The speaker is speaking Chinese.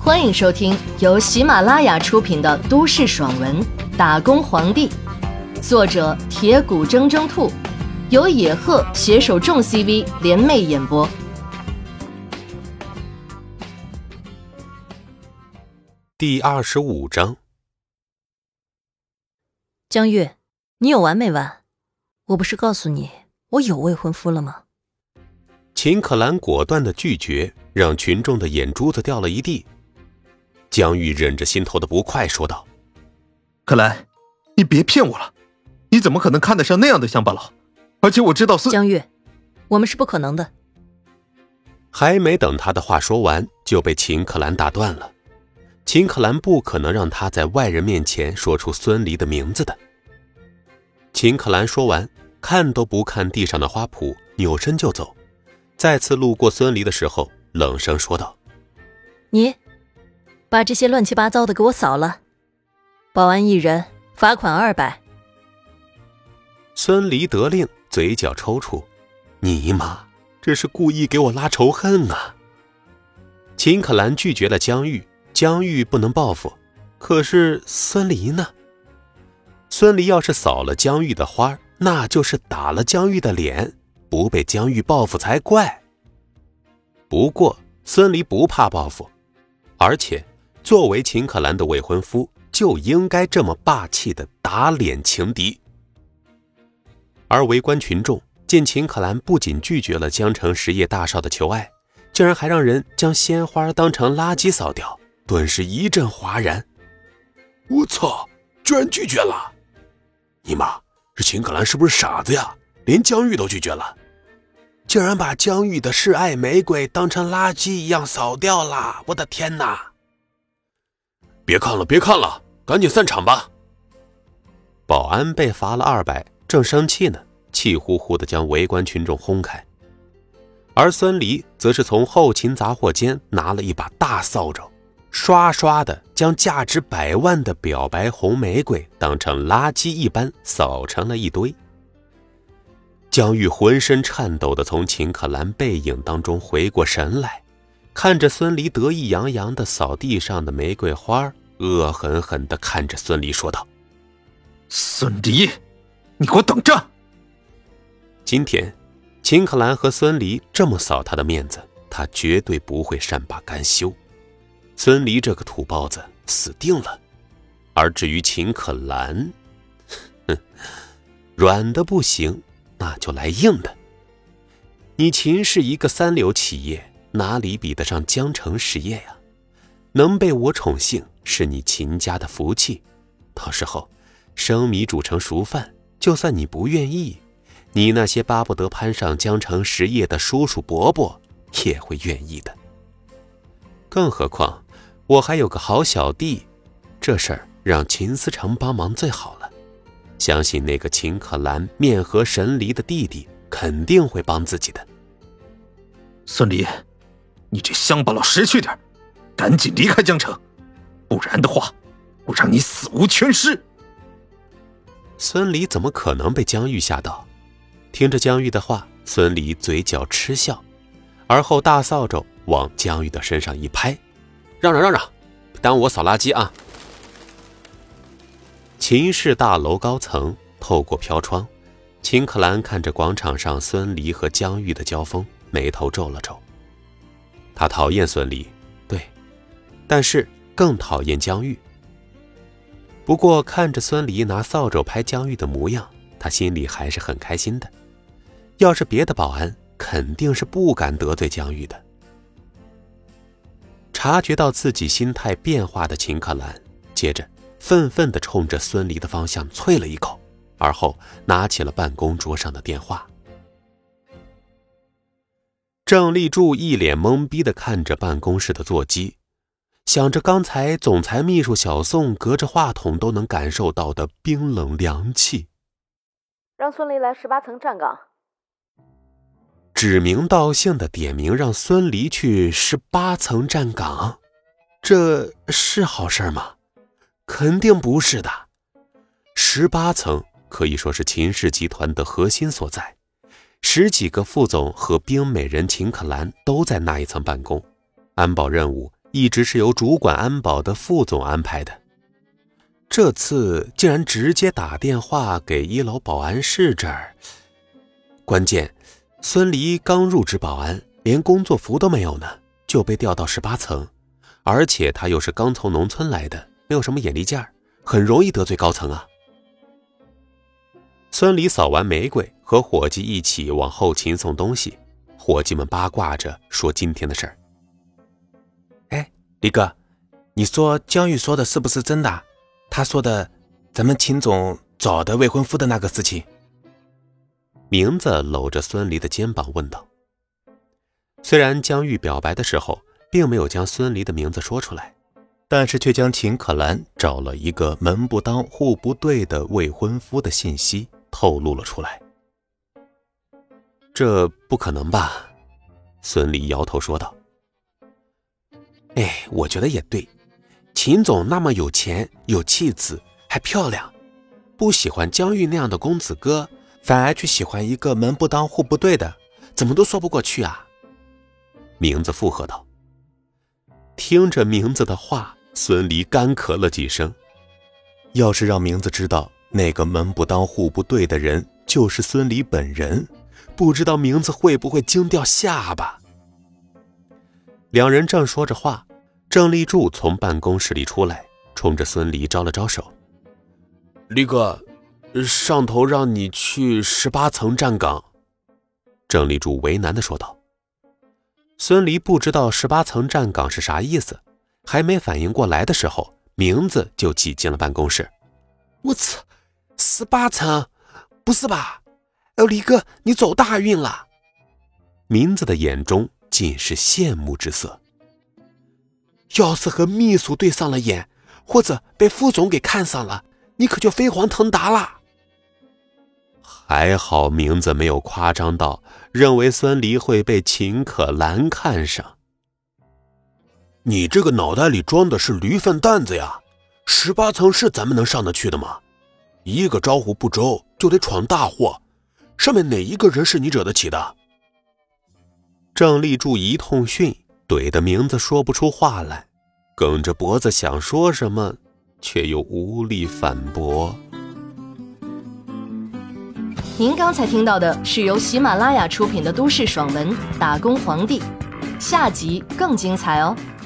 欢迎收听由喜马拉雅出品的都市爽文《打工皇帝》，作者铁骨铮铮兔，由野鹤携手众 CV 联袂演播。 第25章。 江玉，你有完没完？我不是告诉你我有未婚夫了吗？ 秦可兰果断的拒绝，让群众的眼珠子掉了一地。江玉忍着心头的不快说道： 可兰，你别骗我了，你怎么可能看得上那样的乡巴佬？而且我知道江玉，我们是不可能的。 还没等他的话说完，就被秦可兰打断了。秦可兰不可能让他在外人面前说出孙离的名字的。秦可兰说完，看都不看地上的花圃，扭身就走。再次路过孙离的时候，冷声说道： 你把这些乱七八糟的给我扫了，保安1人，罚款200。 孙离得令，嘴角抽搐，尼玛，这是故意给我拉仇恨啊！秦可兰拒绝了江玉，江玉不能报复，可是孙离呢？孙离要是扫了江玉的花，那就是打了江玉的脸，不被江玉报复才怪。不过孙离不怕报复，而且作为秦可兰的未婚夫，就应该这么霸气的打脸情敌。而围观群众见秦可兰不仅拒绝了江城实业大少的求爱，竟然还让人将鲜花当成垃圾扫掉，顿时一阵哗然。我操，居然拒绝了！尼玛，这秦可兰是不是傻子呀？连江玉都拒绝了，竟然把江玉的示爱玫瑰当成垃圾一样扫掉了！我的天哪！别看了，别看了，赶紧散场吧！保安被罚了200，正生气呢，气呼呼地将围观群众轰开。而孙离则是从后勤杂货间拿了一把大扫帚，刷刷地将价值100万的表白红玫瑰当成垃圾一般扫成了一堆。江玉浑身颤抖地从秦可兰背影当中回过神来，看着孙离得意洋洋地扫地上的玫瑰花，恶狠狠地看着孙离说道： 孙离，你给我等着！ 今天秦可兰和孙离这么扫他的面子，他绝对不会善罢甘休。孙离这个土包子死定了。而至于秦可兰，软的不行，那就来硬的。你秦是一个3流企业，哪里比得上江城实业呀？能被我宠幸是你秦家的福气，到时候生米煮成熟饭，就算你不愿意，你那些巴不得攀上江城实业的叔叔伯伯也会愿意的。更何况我还有个好小弟，这事儿让秦思成帮忙最好了，相信那个秦可兰面和神离的弟弟肯定会帮自己的。 孙离，你这乡巴佬识趣点，赶紧离开江城，不然的话我让你死无全尸！ 孙离怎么可能被江玉吓到？听着江玉的话，孙离嘴角嗤笑，而后大扫帚往江玉的身上一拍：让让让让，耽误我扫垃圾啊！秦氏大楼高层，透过飘窗，秦可兰看着广场上孙离和江玉的交锋，眉头皱了皱。他讨厌孙离，对，但是更讨厌江玉。不过看着孙离拿扫帚拍江玉的模样，他心里还是很开心的。要是别的保安，肯定是不敢得罪江玉的。察觉到自己心态变化的秦可兰，接着愤愤地冲着孙离的方向啐了一口，而后拿起了办公桌上的电话。郑立柱一脸懵逼地看着办公室的座机，想着刚才总裁秘书小宋隔着话筒都能感受到的冰冷凉气。 让孙离来18层站岗。 指名道姓的点名让孙离去18层站岗，这是好事吗？肯定不是的。18层可以说是秦氏集团的核心所在，10几个副总和冰美人秦可兰都在那一层办公，安保任务一直是由主管安保的副总安排的，这次竟然直接打电话给1楼保安室这儿。关键孙离刚入职保安，连工作服都没有呢，就被调到18层，而且他又是刚从农村来的，没有什么眼力劲儿，很容易得罪高层啊。孙离扫完玫瑰，和伙计一起往后勤送东西，伙计们八卦着说今天的事儿。 哎，李哥，你说江玉说的是不是真的？他说的咱们秦总找的未婚夫的那个事情。 名字搂着孙离的肩膀问道。虽然江玉表白的时候并没有将孙离的名字说出来，但是却将秦可兰找了一个门不当户不对的未婚夫的信息透露了出来。这不可能吧？孙离摇头说道。 哎，我觉得也对，秦总那么有钱有气质还漂亮，不喜欢江玉那样的公子哥，反而去喜欢一个门不当户不对的，怎么都说不过去啊。 名字附和道。听着名字的话，孙离干咳了几声。要是让名字知道那个门不当户不对的人就是孙离本人，不知道名字会不会惊掉下巴。两人正说着话，郑立柱从办公室里出来，冲着孙离招了招手。 李哥，上头让你去18层站岗。 郑立柱为难地说道。孙离不知道18层站岗是啥意思，还没反应过来的时候，名字就挤进了办公室。 我操，18层？不是吧？李哥，你走大运了。 名字的眼中尽是羡慕之色。 要是和秘书对上了眼，或者被副总给看上了，你可就飞黄腾达了。 还好名字没有夸张到认为孙离会被秦可兰看上。 你这个脑袋里装的是驴粪蛋子呀！18层是咱们能上得去的吗？一个招呼不周就得闯大祸，上面哪一个人是你惹得起的？ 郑立柱一通训，怼的名字说不出话来，梗着脖子想说什么，却又无力反驳。 您刚才听到的是由喜马拉雅出品的都市爽文《打工皇帝》，下集更精彩哦。